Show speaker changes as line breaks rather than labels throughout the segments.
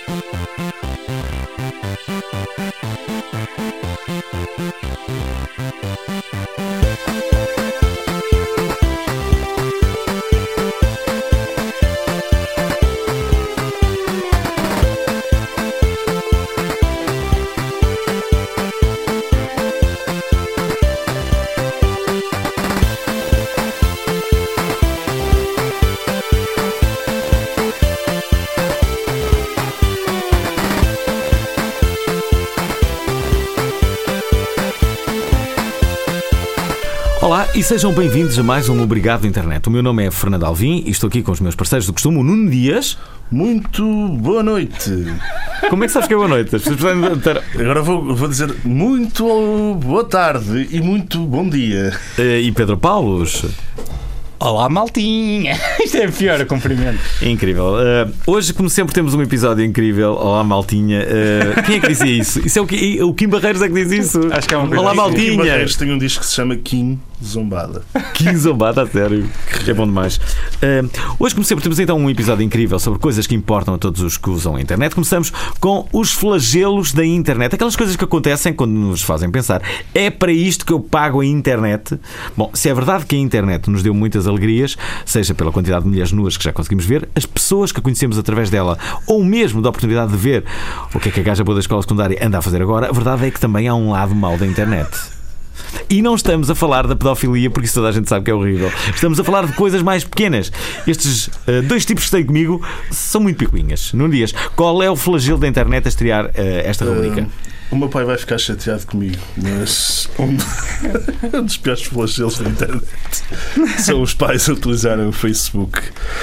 Olá e sejam bem-vindos a mais um Obrigado Internet. O meu nome é Fernando Alvim e estou aqui com os meus parceiros do costume, o Nuno Dias.
Muito boa noite.
Como é que sabes que é boa noite?
Agora vou dizer muito boa tarde e muito bom dia.
E Pedro Paulos.
Olá, maltinha! Isto é pior, cumprimento.
Incrível. Hoje, como sempre, temos um episódio incrível. Olá, maltinha. Quem é que dizia isso? Isso é o Kim Barreiros é que diz isso?
Acho que é uma
Olá, maltinha!
Kim Barreiros tem um disco que se chama Kim Zombada.
Kim Zombada, a sério. É bom demais. Hoje, como sempre, temos então um episódio incrível sobre coisas que importam a todos os que usam a internet. Começamos com os flagelos da internet. Aquelas coisas que acontecem quando nos fazem pensar: é para isto que eu pago a internet? Bom, se é verdade que a internet nos deu muitas alegrias, seja pela quantidade de mulheres nuas que já conseguimos ver, as pessoas que conhecemos através dela, ou mesmo da oportunidade de ver o que é que a gaja boa da escola secundária anda a fazer agora, a verdade é que também há um lado mau da internet. E não estamos a falar da pedofilia, porque isso toda a gente sabe que é horrível. Estamos a falar de coisas mais pequenas. Estes dois tipos que têm comigo são muito picuinhas. Num Dias, qual é o flagelo da internet a estrear esta rubrica?
O meu pai vai ficar chateado comigo, mas um dos piores flagelos da internet são os pais a utilizarem o Facebook.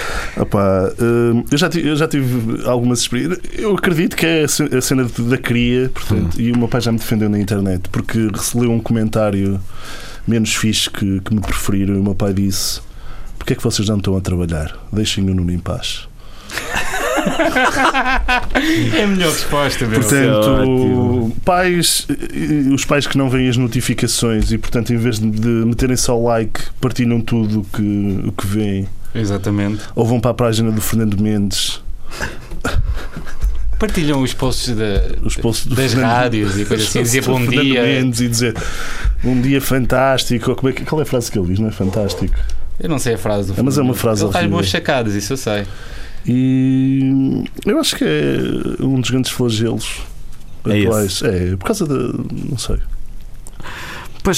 Eu já tive algumas experiências. Eu acredito que é a cena da cria, portanto, e o meu pai já me defendeu na internet porque recebeu um comentário menos fixe que me preferiram. E o meu pai disse: "Porquê é que vocês não estão a trabalhar? Deixem o Nuno em paz."
É a melhor resposta, meu.
Portanto, os pais que não veem as notificações e, portanto, em vez de meterem só o like, partilham tudo o que veem.
Exatamente.
Ou vão para a página do Fernando Mendes.
Partilham os posts das rádios e coisas assim, dizer bom dia.
Mendes e dizer bom dia fantástico. Qual é a frase que ele diz? Não é fantástico?
Eu não sei a frase do Fernando.
Mas é uma frase
ele faz
horrível.
boas sacadas, isso eu sei.
E eu acho que é um dos grandes flagelos atuais. É, por causa não sei.
Pois,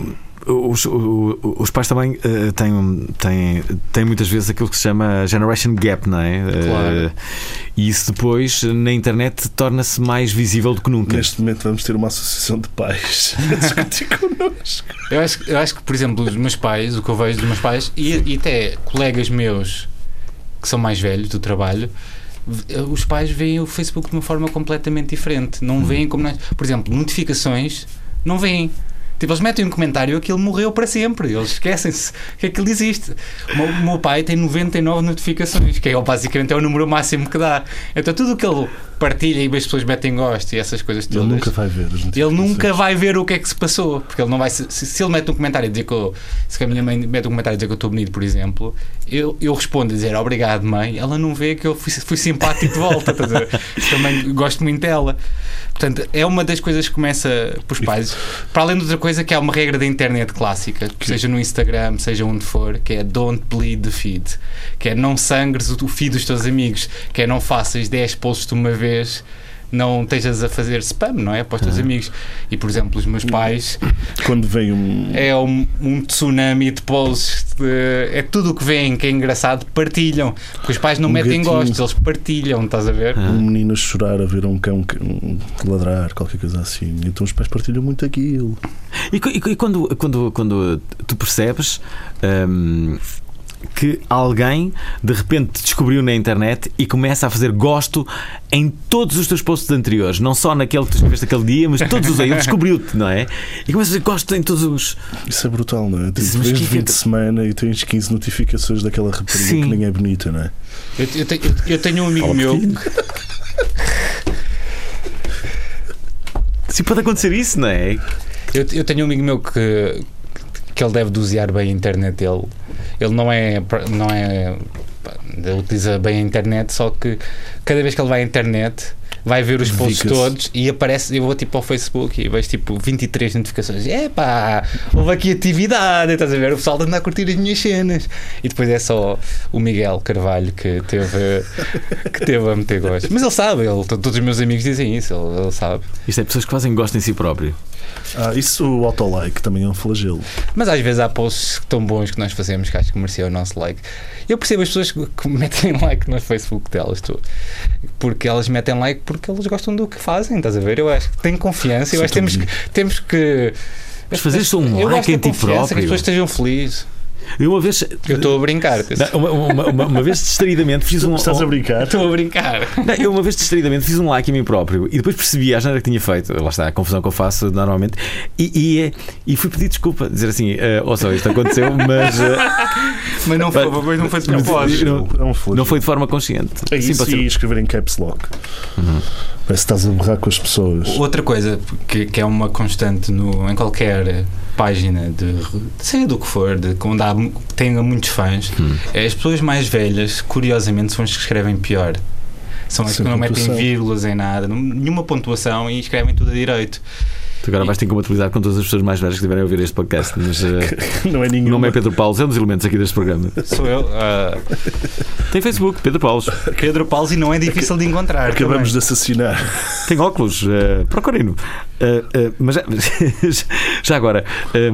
os pais também têm muitas vezes aquilo que se chama Generation Gap, não é?
Claro.
E isso depois na internet torna-se mais visível do que nunca.
Neste momento vamos ter uma associação de pais a discutir connosco.
Eu acho que, por exemplo, os meus pais, o que eu vejo dos meus pais e até colegas meus que são mais velhos do trabalho, os pais veem o Facebook de uma forma completamente diferente. Não veem como nós. Por exemplo, notificações, não veem. Tipo, eles metem um comentário, aquilo morreu para sempre. Eles esquecem-se que aquilo existe. O meu pai tem 99 notificações, que basicamente é o número máximo que dá. Então tudo o que ele partilha e as pessoas metem gosto e essas coisas todas,
ele nunca vai ver as notificações.
Ele nunca vai ver o que é que se passou, porque ele não vai. Se ele mete um comentário a dizer se a minha mãe mete um comentário a dizer que eu estou bonito, por exemplo, eu respondo a dizer obrigado, mãe. Ela não vê que eu fui simpático de volta. Também gosto muito dela. Portanto, é uma das coisas que começa pelos pais. Para além de outra coisa, que é uma regra da internet clássica, seja no Instagram, seja onde for, que é don't bleed the feed, que é não sangres o feed dos teus amigos, que é não faças 10 posts de uma vez, não estejas a fazer spam, não é? Para os teus amigos. E, por exemplo, os meus pais,
quando vem
um tsunami de posts, é tudo o que vem que é engraçado, partilham, porque os pais não metem gostos, eles partilham, estás a ver?
Um menino a chorar a ver um cão ladrar, qualquer coisa assim, então os pais partilham muito aquilo.
E quando tu percebes que alguém de repente te descobriu na internet e começa a fazer gosto em todos os teus posts anteriores, não só naquele que tu escreveste aquele dia, mas todos os aí, ele descobriu-te, não é? E começa a fazer gosto em todos os.
Isso é brutal, não é? Tens 20 de semana e tens 15 notificações daquela rapariga que nem é bonita, não é?
Eu tenho um amigo meu.
Sim, pode acontecer isso, não é?
Eu tenho um amigo meu que ele deve dosear bem a internet dele. Ele Ele utiliza bem a internet, só que cada vez que ele vai à internet vai ver os posts todos e aparece, eu vou tipo ao Facebook e vejo tipo 23 notificações. Epá, houve aqui atividade, estás a ver? O pessoal anda a curtir as minhas cenas. E depois é só o Miguel Carvalho que teve a meter gosto. Mas ele sabe, todos os meus amigos dizem isso, ele sabe.
Isto é pessoas que fazem gosto em si próprio.
Isso, o autolike também é um flagelo.
Mas às vezes há posts tão bons que nós fazemos que acho que merecia o nosso like. Eu percebo as pessoas que metem like no Facebook delas, porque elas metem like porque elas gostam do que fazem, estás a ver? Eu acho que tenho confiança, eu acho que temos que.
Mas fazer só um like em ti próprio.
Que as pessoas estejam felizes.
Eu
estou a brincar.
Uma vez distraidamente fiz um.
Estás a brincar?
Estou a brincar.
Não, eu uma vez distraidamente fiz um like em mim próprio e depois percebi a asneira que tinha feito. Lá está a confusão que eu faço normalmente. E fui pedir desculpa, dizer assim: só isto aconteceu, mas.
Mas não foi de propósito.
Não foi de forma consciente.
É isso, e escrever em caps lock. Parece que estás a borrar com as pessoas.
Outra coisa que é uma constante em qualquer página seja do que for, onde tenha muitos fãs, é as pessoas mais velhas, curiosamente, são as que escrevem pior. São as que não metem vírgulas em nada, nenhuma pontuação e escrevem tudo a direito.
Tu agora vais ter que compatibilizar com todas as pessoas mais velhas que tiverem a ouvir este podcast, mas
não é nenhum.
O nome é Pedro Paulo, é um dos elementos aqui deste programa.
Sou eu.
Tem Facebook, Pedro Paulo.
Pedro Paulo, e não é difícil de encontrar.
Acabamos de assassinar.
Tem óculos, procurem-no. Mas já agora.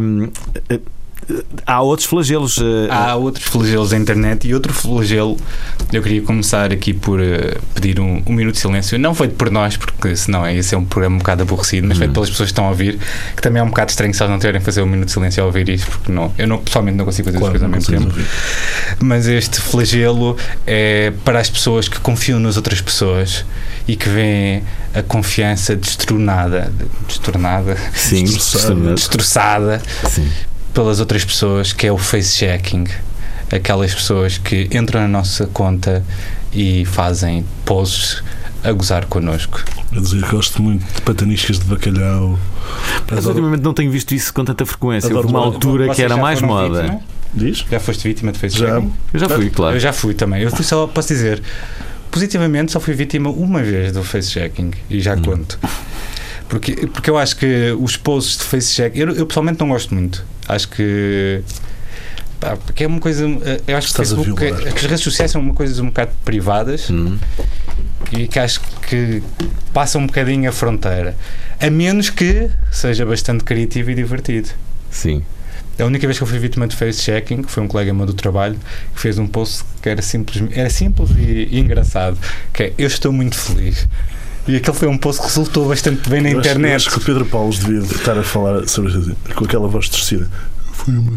Há outros flagelos.
Há outros flagelos da internet e outro flagelo. Eu queria começar aqui por pedir um minuto de silêncio. Não feito por nós, porque senão ia ser um programa um bocado aborrecido, mas feito pelas pessoas que estão a ouvir, que também é um bocado estranho se elas não tiverem a fazer um minuto de silêncio a ouvir isto, porque eu pessoalmente não consigo fazer as coisas ao mesmo tempo. Mas este flagelo é para as pessoas que confiam nas outras pessoas e que veem a confiança destroçada.
Sim,
destroçada.
Sim.
Pelas outras pessoas, que é o face-checking. Aquelas pessoas que entram na nossa conta e fazem poses a gozar connosco.
A dizer, gosto muito de pataniscas de bacalhau.
Mas ultimamente não tenho visto isso com tanta frequência. Houve uma altura que era mais moda.
Vítima?
Diz?
Já foste vítima de face-checking?
Eu já fui, claro.
Eu já fui também. Eu fui só, posso dizer, positivamente só fui vítima uma vez do face-checking e já conto. Porque eu acho que os posts de face-check, eu pessoalmente não gosto muito. Acho que porque é uma coisa. Eu acho que as redes sociais são uma coisa um bocado privadas e que acho que passam um bocadinho a fronteira. A menos que seja bastante criativo e divertido.
Sim.
A única vez que eu fui vítima de face-checking foi um colega meu do trabalho que fez um post que era simples e engraçado, que é: eu estou muito feliz. E aquele foi um post que resultou bastante bem na internet.
Acho que o Pedro Paulo devia estar a falar sobre isso, com aquela voz torcida. Foi uma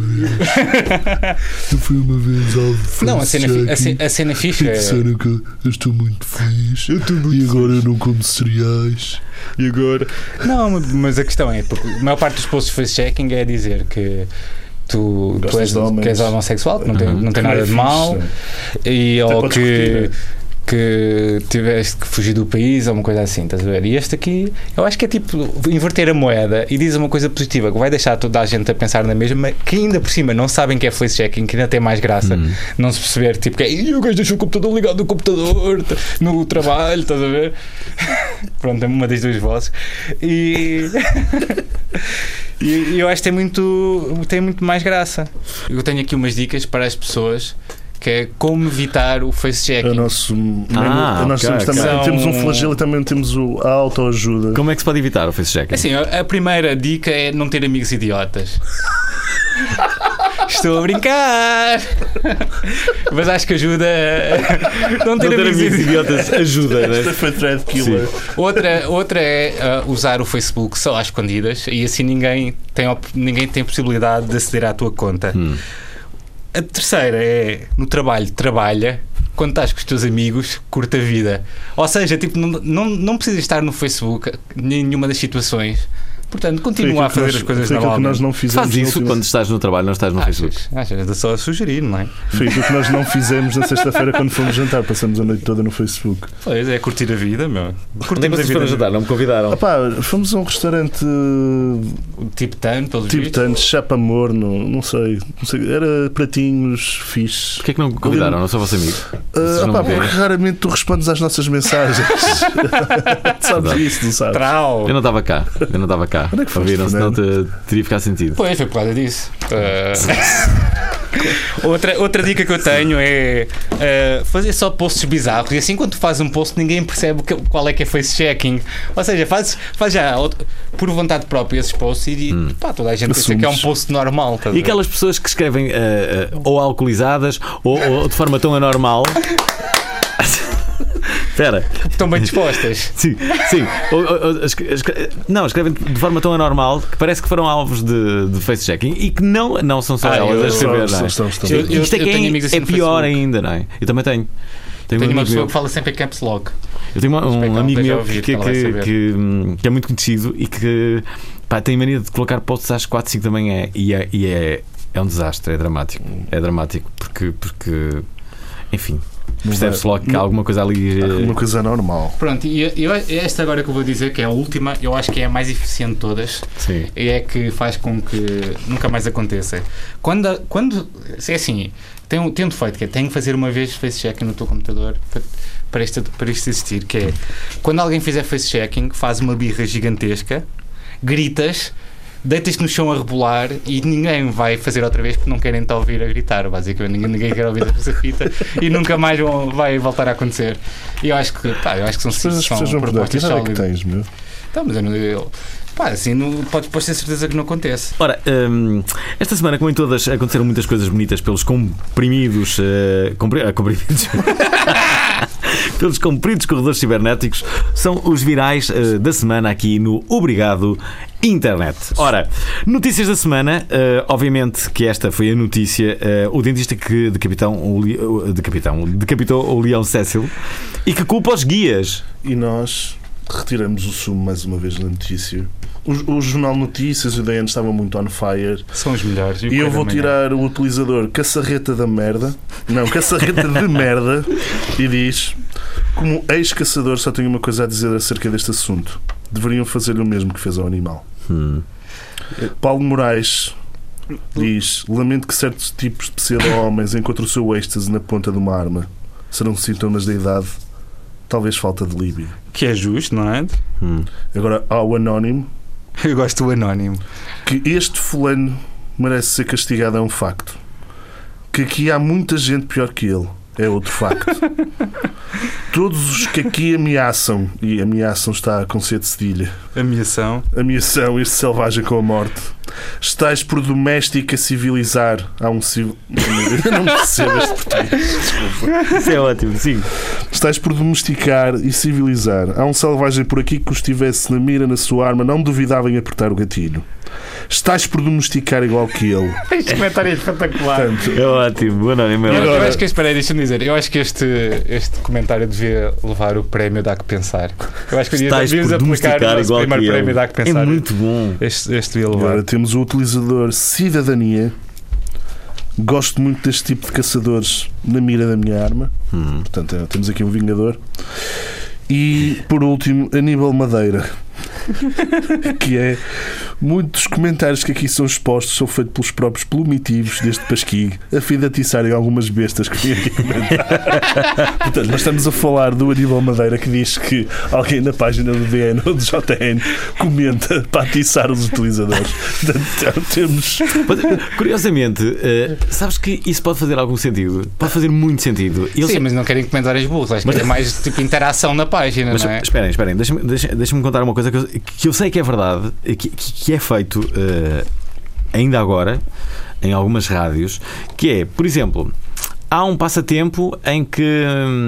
vez ao
Não, a cena fixe é...
disseram que eu estou muito feliz e agora eu não como cereais.
E agora... Não, mas a questão é, porque a maior parte dos posts de face-checking é dizer que tu és homossexual, que não tem nada de mal, ou que tiveste que fugir do país ou uma coisa assim, estás a ver? E este aqui, eu acho que é tipo inverter a moeda e diz uma coisa positiva que vai deixar toda a gente a pensar na mesma, que ainda por cima não sabem que é face-checking, que ainda tem mais graça não se perceber, tipo, que o gajo deixou o computador ligado no computador no trabalho, estás a ver? Pronto, é uma das duas vozes e eu acho que tem muito mais graça. Eu tenho aqui umas dicas para as pessoas, que é como evitar o face-checking.
Nós temos um flagelo e também temos a autoajuda.
Como é que se pode evitar o face-checking?
Assim, a primeira dica é não ter amigos idiotas. Estou a brincar, mas acho que ajuda. Não ter amigos idiotas ajuda, né?
Esta foi thread killer.
Outra é usar o Facebook só às escondidas e assim ninguém tem possibilidade de aceder à tua conta. A terceira é, no trabalho, trabalha. Quando estás com os teus amigos, curta a vida. Ou seja, tipo, não precisas estar no Facebook em nenhuma das situações. Portanto, continua a fazer as coisas
foi aquilo que
normalmente.
nós não fizemos.
Faz isso quando estás no trabalho, não estás no Facebook.
Achas, só a sugerir, não é?
Foi aquilo que nós não fizemos na sexta-feira quando fomos jantar. Passamos a noite toda no Facebook.
Pois é, curtir a vida, meu.
Onde é
Curtimos
que
a
vocês
vida.
foram jantar? Não me convidaram.
Fomos a um restaurante
Tipo tanto, pelos
tipo
vistos.
tanto, chapa morno, não sei. Era pratinhos fixe.
Porquê é que não me convidaram? Não sou vosso amigo. Vocês não me veem.
Porque raramente tu respondes às nossas mensagens. Sabes isso, não sabes?
Trau.
Eu não estava cá.
Onde é que foste,
Ouviram? Senão
Fernando?
teria ficado sentido.
Pois, foi por causa disso. Outra dica que eu tenho é fazer só posts bizarros e assim quando tu fazes um post ninguém percebe qual é que é face checking. Ou seja, faz já por vontade própria esses posts e toda a gente pensa que é um post normal.
E aquelas pessoas que escrevem ou alcoolizadas ou de forma tão anormal. Espera.
Estão bem dispostas.
Sim. Não, escrevem de forma tão anormal que parece que foram alvos de face-checking e que não são só elas a escrever. Não é? Isto é que
tenho amigos assim
é
no
pior
Facebook.
ainda, não é? Eu também tenho.
Tenho
um
uma
amigo
pessoa
meu-
que fala sempre em caps lock.
Eu tenho
Espero que
um
ela
amigo
esteja a
meu
ouvir,
que
ela vai saber.
é muito conhecido e que tem mania de colocar posts às 4, 5 da manhã e é um desastre, é dramático. É dramático porque enfim, percebe-se logo que há alguma coisa ali.
Uma coisa anormal.
Pronto, e esta agora que eu vou dizer, que é a última, eu acho que é a mais eficiente de todas.
Sim.
E é que faz com que nunca mais aconteça. Quando é assim, tem um defeito que é tenho que fazer uma vez face checking no teu computador para isto existir, que é quando alguém fizer face checking, faz uma birra gigantesca, gritas, deitas-te no chão a rebolar e ninguém vai fazer outra vez porque não querem te ouvir a gritar, basicamente ninguém quer ouvir essa fita e nunca mais vai voltar a acontecer. E eu acho que são
As pessoas vão perder. Que
propostas
idade é que
sólidas.
tens, meu?
Então, mas assim, podes ter certeza que não acontece.
Ora, esta semana, como em todas, aconteceram muitas coisas bonitas pelos comprimidos. Comprimidos. Pelos compridos corredores cibernéticos, são os virais da semana aqui no Obrigado Internet. Ora, notícias da semana, obviamente que esta foi a notícia, o dentista que decapitou o leão Cécil e que culpa os guias.
E nós retiramos o sumo mais uma vez na notícia. O Jornal Notícias e o DN estavam muito on fire.
São os melhores.
E eu vou tirar o utilizador Caçarreta da Merda. Não, Caçarreta de Merda. E diz: como ex-caçador, só tenho uma coisa a dizer acerca deste assunto. Deveriam fazer o mesmo que fez ao animal. Paulo Moraes diz: lamento que certos tipos de pseudo-homens encontrem o seu êxtase na ponta de uma arma. Serão sintomas da idade, talvez falta de líbia.
Que é justo, não é?
Agora, ao anónimo,
Eu gosto do anónimo.
que este fulano merece ser castigado é um facto. Que aqui há muita gente pior que ele é outro facto. Todos os que aqui ameaçam, e ameaçam está com C de cedilha,
Ameação.
ameaçam este selvagem com a morte, estais por doméstico a civilizar. Há um civil. Eu não percebo este português. Desculpa.
Isso é ótimo, sim.
Estais por domesticar e civilizar. Há um selvagem por aqui que o estivesse na mira na sua arma, não duvidava em apertar o gatilho. Estás por domesticar igual que ele.
Este comentário é espetacular.
Portanto,
É ótimo, o anónimo é
Eu
ótimo.
acho que deixa-me dizer, eu acho que este comentário devia levar o prémio Dá que Pensar. Eu acho que
Estás
devíamos
por
aplicar o
domesticar
nosso
igual que
primeiro
ele.
prémio Dá que Pensar.
É muito bom.
Este devia levar.
agora temos o utilizador Cidadania. Gosto muito deste tipo de caçadores na mira da minha arma. Portanto, temos aqui um vingador. E, por último, Aníbal Madeira. Que é muitos comentários que aqui são expostos são feitos pelos próprios plumitivos deste pasquigo, a fim de atiçarem algumas bestas que vêm aqui comentar. Portanto, nós estamos a falar do Aníbal Madeira, que diz que alguém na página do DN ou do JN comenta para atiçar os utilizadores. Portanto, temos.
Curiosamente, sabes que isso pode fazer algum sentido? Pode fazer muito sentido. Eu
Sim,
sei-
mas não querem comentários burros. Acho que é mais tipo interação na página,
Mas
não é?
esperem, deixa-me contar uma coisa que eu sei que é verdade, que é feito ainda agora em algumas rádios, que é, por exemplo, há um passatempo em que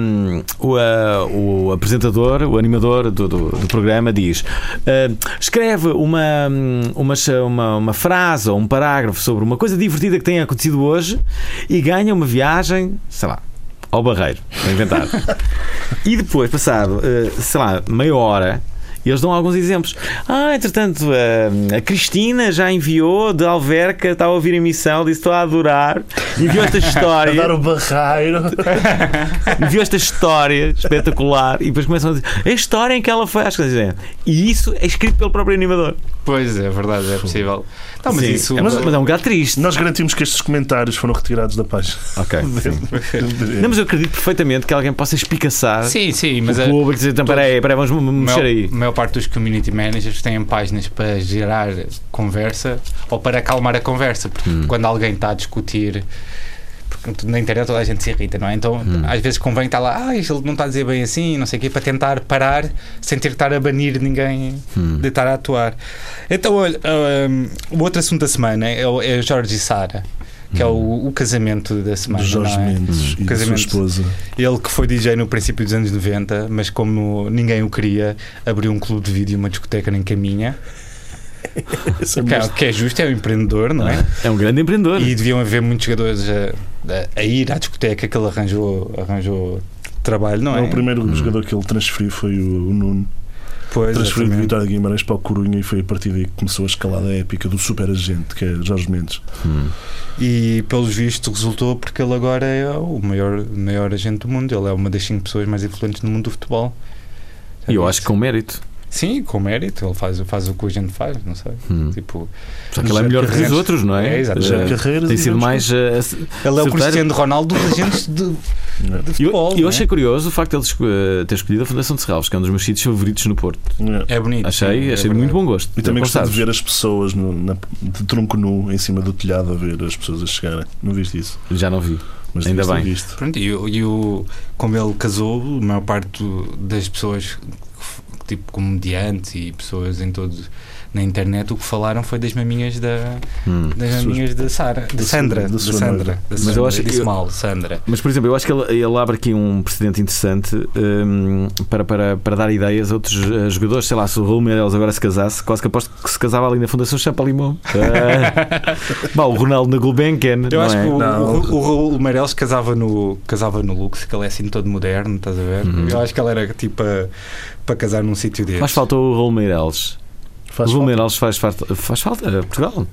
o apresentador, o animador do programa diz escreve uma frase ou um parágrafo sobre uma coisa divertida que tenha acontecido hoje e ganha uma viagem, sei lá, ao Barreiro, vou inventar. E depois, passado, sei lá, meia hora, E eles dão alguns exemplos. Entretanto, a Cristina já enviou de Alverca, está a ouvir a emissão, disse: estou a adorar. Enviou esta história.
A dar o barreiro.
Enviou esta história espetacular. E depois começam a dizer a história em que ela foi às coisas. E isso é escrito pelo próprio animador.
Pois é, verdade, é possível. Não, mas
Sim,
isso.
mas é um bocado triste.
Nós garantimos que estes comentários foram retirados da página.
Ok. Não, mas eu acredito perfeitamente que alguém possa espicaçar
Sim, mas
o público e dizer: então, peraí, vamos mexer aí.
A maior parte dos community managers têm páginas para gerar conversa ou para acalmar a conversa, porque quando alguém está a discutir, porque na internet toda a gente se irrita, não é? Então às vezes convém estar lá, ele não está a dizer bem assim, não sei o quê, para tentar parar sem ter que estar a banir ninguém de estar a atuar. Então, olha, o outro assunto da semana é Jorge e Sara, que é o casamento da semana.
De Jorge Mendes e da sua esposa.
Ele que foi DJ no princípio dos anos 90, mas como ninguém o queria, abriu um clube de vídeo, uma discoteca nem caminha. Que é justo, é um empreendedor, não é?
É um grande empreendedor.
E deviam haver muitos jogadores a ir à discoteca que ele arranjou trabalho, não é?
O primeiro jogador que ele transferiu foi o Nuno.
Pois,
transferiu de Vitória de Guimarães para o Corunha e foi a partir daí que começou a escalada épica do super agente, que é Jorge Mendes.
E pelos vistos resultou, porque ele agora é o maior agente do mundo. Ele é uma das 5 pessoas mais influentes no mundo do futebol.
E eu acho que com mérito.
Sim, com mérito, ele faz o que a gente faz, não sei. Tipo,
só que ele é melhor que os outros, não é?
Exatamente.
Tem sido mais.
Ele é o Cristiano Ronaldo dos agentes de futebol.
Eu achei curioso o facto de ele ter escolhido a Fundação de Serralves, que é um dos meus sítios favoritos no Porto.
É bonito.
Achei de muito bom gosto.
E também gostei de ver as pessoas de tronco nu em cima do telhado, a ver as pessoas a chegarem. Não viste isso?
Já não vi.
Mas
ainda bem.
Pronto, como ele casou, a maior parte das pessoas, tipo comediantes e pessoas na internet, o que falaram foi das maminhas da Sara, de Sandra.
Mas eu acho que
Sandra.
Mas por exemplo, eu acho que ele abre aqui um precedente interessante para dar ideias a outros jogadores. Sei lá, se o Raul Meireles agora se casasse, quase que aposto que se casava ali na Fundação Champalimau. O Ronaldo na Gulbenkian.
Eu acho que o Raul Meireles casava no Lux, que ele é assim todo moderno, estás a ver? Eu acho que ele era tipo para casar num sítio desse.
Mas faltou o Raul Meireles. O Raul Meireles faz falta a Portugal.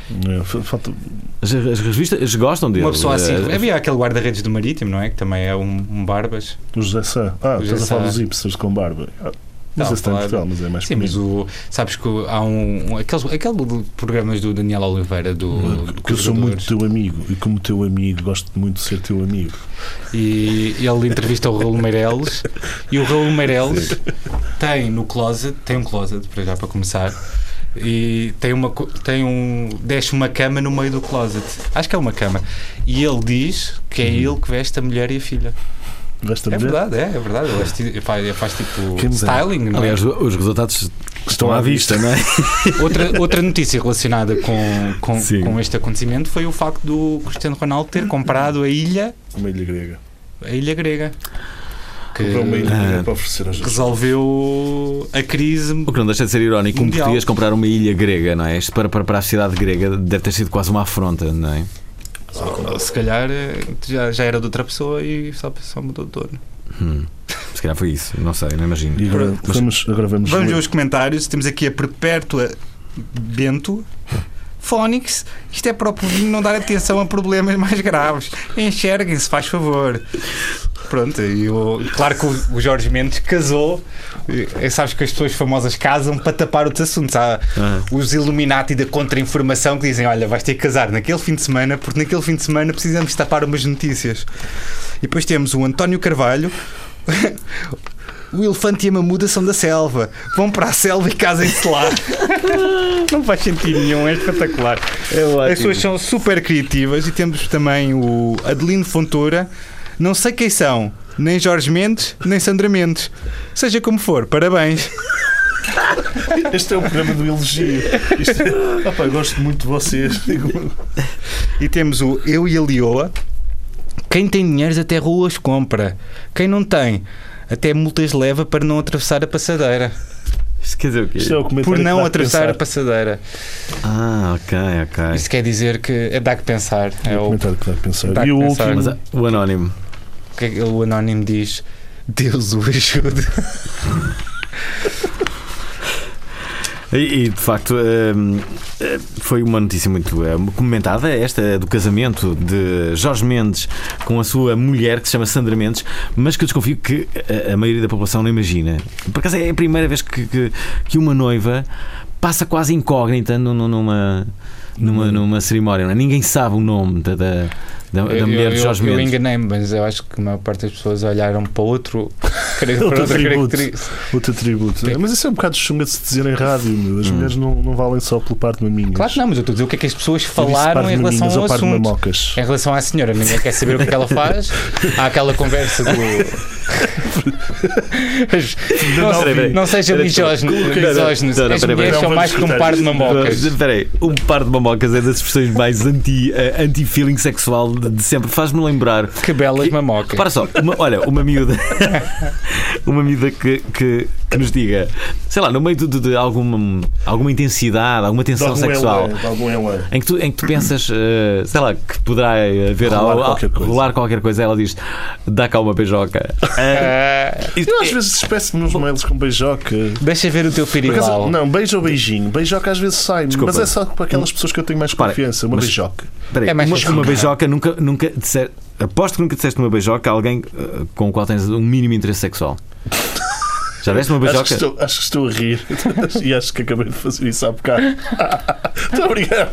As revistas gostam dele.
Uma pessoa assim. Havia aquele guarda-redes do Marítimo, não é? Que também é um Barbas.
O José Sá. Estás a falar dos hipsters com barba. Mas esse tem Portugal, mas é mais
sim, mas sabes que há aquele programas do Daniel Oliveira
que eu sou muito teu amigo e como teu amigo gosto muito de ser teu amigo.
E ele entrevista o Raul Meireles e o Raul Meireles tem um closet para começar, e deixa uma cama no meio do closet, acho que é uma cama, e ele diz que é ele que veste a mulher e a filha. É verdade. Ele faz tipo styling. Não é?
Aliás, os resultados estão à vista, não é?
Outra notícia relacionada com este acontecimento foi o facto do Cristiano Ronaldo ter comprado uma ilha grega. Que resolveu a crise. O
que não deixa de ser irónico, como português comprar uma ilha grega, não é? Isto para a sociedade grega deve ter sido quase uma afronta, não é?
Se calhar já era de outra pessoa e só mudou de dono.
Se calhar foi isso, não sei, não imagino.
E agora vamos
ver os comentários. Temos aqui a Perpétua Bento. Fónix, isto é para o povinho não dar atenção a problemas mais graves. Enxerguem-se, faz favor. Pronto, claro que o Jorge Mendes casou. Sabes que as pessoas famosas casam para tapar outros assuntos. Há os Illuminati da contra-informação que dizem: olha, vais ter que casar naquele fim de semana, porque naquele fim de semana precisamos tapar umas notícias. E depois temos o António Carvalho. O elefante e a mamuda são da selva. Vão para a selva e casem-se lá. Não faz sentido nenhum, é espetacular. As pessoas são super criativas. E temos também o Adelino Fontoura. Não sei quem são, nem Jorge Mendes, nem Sandra Mendes. Seja como for, parabéns.
Este é o programa do elogio. Gosto muito de vocês.
E temos o Eu e a Lioa. Quem tem dinheiros até ruas compra. Quem não tem, até multas leva para não atravessar a passadeira.
Isto quer dizer o quê?
Por não atravessar a passadeira.
Ok.
Isto quer dizer que dá que pensar.
É o comentário que dá que pensar.
E o último? Mas, o anónimo.
O anónimo diz: Deus o ajude.
E de facto foi uma notícia muito comentada, esta do casamento de Jorge Mendes com a sua mulher, que se chama Sandra Mendes, mas que eu desconfio que a maioria da população não imagina. Por acaso é a primeira vez que uma noiva passa quase incógnita numa cerimónia, não é? Ninguém sabe o nome da mulher de Jorge Mendes.
Eu enganei-me, mas eu acho que a maior parte das pessoas olharam para outro
tributo. Mas isso é um bocado chunga de se dizer em rádio, meu. As mulheres não valem só pelo par de maminhas.
Claro que não, mas eu estou a dizer o que é que as pessoas falaram em relação ao assunto. Em relação à senhora, ninguém quer saber o que é que ela faz. Há aquela conversa do... não seja misógino. As mulheres são mais que um par de mamocas.
Espera aí, um par de mamocas é das expressões mais anti-feeling sexual de sempre. Faz-me lembrar...
Que belas mamocas.
Para só, uma miúda que nos diga, sei lá, no meio de alguma intensidade, alguma tensão sexual, em que tu pensas, sei lá, que poderá haver rolar qualquer coisa, ela diz, dá cá uma beijoca.
Eu às vezes despeço-me nos mails com beijoca.
Deixa ver o teu pirilau.
Não, beijo ou beijinho. Beijoca às vezes sai, mas é só para aquelas pessoas que eu tenho mais confiança. Uma beijoca.
Uma beijoca nunca disseste. Aposto que nunca disseste uma beijoca a alguém com o qual tens um mínimo interesse sexual. Já deste uma beijoca?
Acho que estou a rir e acho que acabei de fazer isso há bocado. Estou a brincar.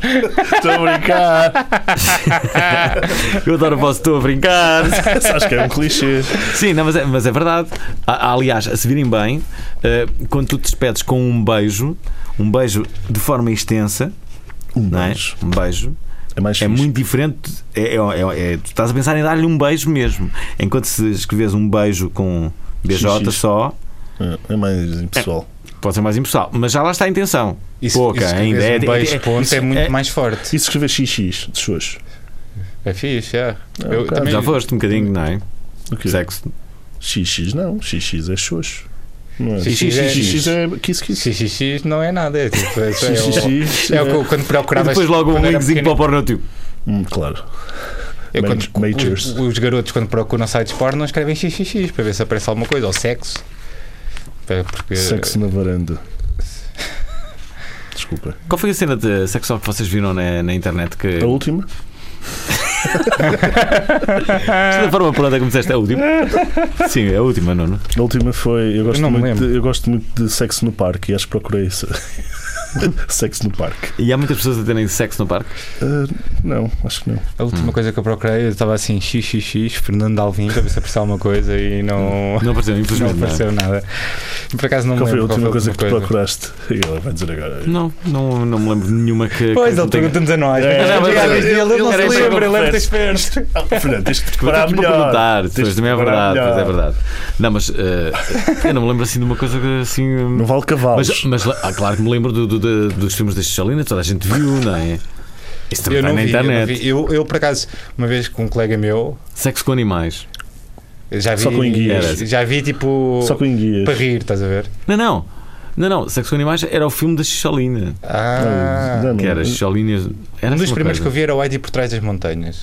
Eu adoro o vosso estou a brincar.
Acho que é um clichê.
Sim, não, mas é verdade. Aliás, a se virem bem, quando tu te despedes com um beijo de forma extensa,
Um
beijo.
É
muito diferente. Tu estás a pensar em dar-lhe um beijo mesmo. Enquanto se escreves um beijo com BJ só.
É mais impessoal.
Pode ser mais impessoal, mas já lá está a intenção. Pouca ainda.
Um beijo ponto é muito mais forte.
E se escrever XX de xoxo?
É fixe, é.
Já foste um bocadinho, não é? Sexo.
XX não, XX é xoxo. Não é?
XX
é kiss.
XX não é nada. É tipo, quando procuravas.
E depois logo um linkzinho para o porno tube.
Claro.
Os garotos, quando procuram sites porno, escrevem XXX para ver se aparece alguma coisa, ou sexo. Porque...
Sexo na varanda. Desculpa.
Qual foi a cena de sexual que vocês viram na internet?
A última?
Da forma por onde é que começaste, é a última? Sim, é a última, não?
A última foi. Eu gosto muito de sexo no parque e acho que procurei isso. Sexo no parque.
E há muitas pessoas a terem sexo no parque?
Não, acho que não.
A última coisa que eu procurei, eu estava assim, XXX, Fernando Alvim, para ver se apareceu alguma coisa e não
apareceu, infelizmente.
Não apareceu nada. Por acaso não me lembro.
Qual foi a última coisa que tu procuraste? E ele vai dizer agora.
Não me lembro de nenhuma que.
Pois, ele pergunta-nos a nós. Ele não se lembra, ele leva-te esperto.
Fernando, tens que te preparar melhor.
Perguntar, depois também é verdade. É verdade. Não, mas eu não me lembro assim de uma coisa assim.
Não vale cavalos.
Mas claro que me lembro dos filmes da Xalina, toda a gente viu, não é? Isso também está na internet.
Eu, por acaso, uma vez com um colega meu.
Sexo com animais.
Já vi,
só com enguias.
Já vi tipo.
Só com enguias.
Para rir, estás a ver?
Não. Sexo com animais era o filme da Xalina.
Não.
Que era Xalina.
Um dos primeiros que eu vi era o Heidi por trás das montanhas.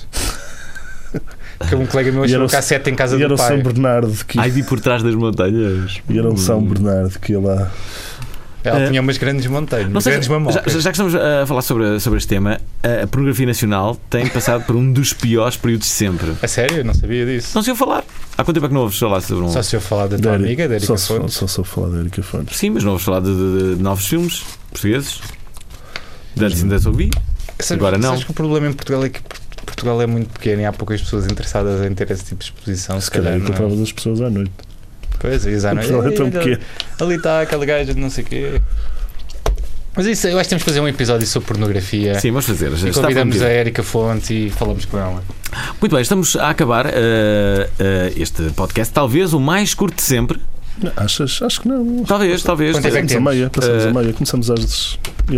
Que um colega meu achou cassete em casa do pai.
E era o São Bernardo.
Heidi por trás das montanhas.
E era o São Bernardo que ia lá.
Ela tinha umas grandes montanhas, grandes mamocas.
Já que estamos a falar sobre este tema, a pornografia nacional tem passado por um dos piores períodos de sempre.
A sério? Eu não sabia disso.
Não sei falar. Há quanto tempo é que não ouves falar sobre um...
Só se eu falar da tua amiga, da Erika Fontes.
Só se eu falar da Erika Fontes.
Sim, mas não ouves falar de novos filmes portugueses. Antes ainda ouvi. Agora não.
Sabes que o problema em Portugal é que Portugal é muito pequeno e há poucas pessoas interessadas em ter esse tipo de exposição.
Se calhar encontravas as pessoas à noite.
Pois, e à noite.
É tão pequeno.
Ali está aquela gaja de não sei o quê. Mas isso, eu acho que temos que fazer um episódio sobre pornografia.
Sim, vamos fazer.
E convidamos a Erika Fontes e falamos com ela.
Muito bem, estamos a acabar este podcast, talvez o mais curto de sempre.
Achas? Acho que não.
Talvez.
Passamos a meia.
Começamos às...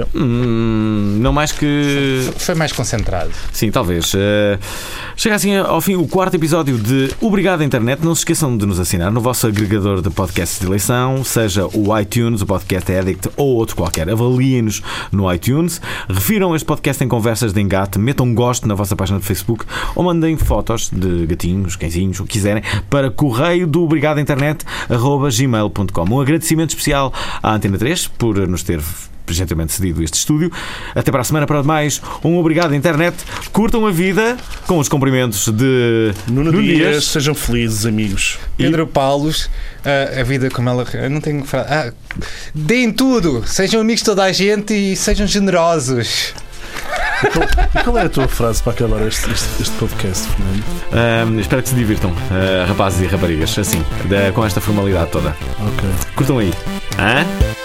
não mais que...
Foi mais concentrado.
Sim, talvez. Chega assim ao fim o 4º episódio de Obrigado Internet. Não se esqueçam de nos assinar no vosso agregador de podcasts de eleição, seja o iTunes, o Podcast Addict ou outro qualquer. Avaliem-nos no iTunes. Refiram este podcast em conversas de engate. Metam um gosto na vossa página de Facebook ou mandem fotos de gatinhos, cãezinhos, o que quiserem, para correio do obrigadointernet@gmail.com. Um agradecimento especial à Antena 3 por nos ter gentilmente cedido este estúdio. Até para a semana para mais. Um obrigado, internet. Curtam a vida com os cumprimentos de
Nuno Dias. Sejam felizes, amigos.
Pedro Paulos, a vida como ela... Eu não tenho frase. Deem tudo, sejam amigos de toda a gente e sejam generosos.
E qual é a tua frase para acabar este podcast, Fernando?
Espero que se divirtam, rapazes e raparigas, assim, com esta formalidade toda.
Ok.
Curtam aí. Hã?